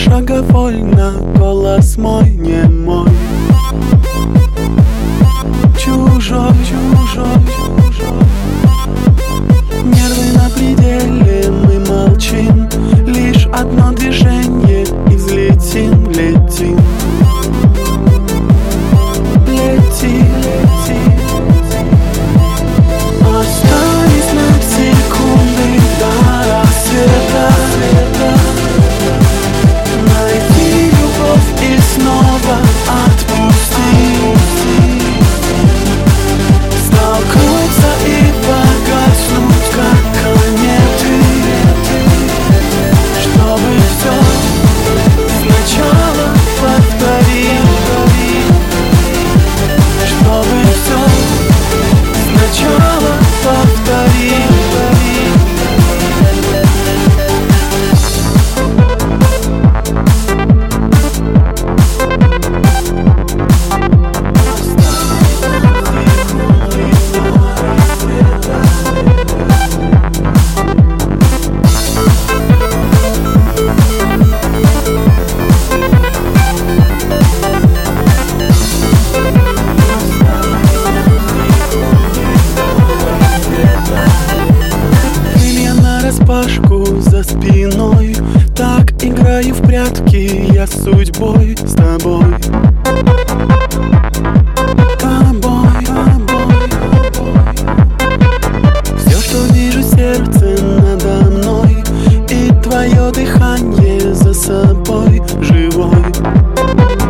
шаговой на голос мой немой. Чужой, чужой, чужой. Нервы на пределе, мы молчим. Лишь одно движение и взлетим, летим. Лети, лети. Останься на секунды до рассвета. Найди любовь и снова отпусти. Столкнуться и погаснуть, как кометы. Чтобы все сначала повторить. Чтобы все сначала повторить. Пашку за спиной, так играю в прятки я с судьбой, с тобой. Тобой, тобой, тобой. Все, что вижу, сердце надо мной, и твое дыхание за собой живой.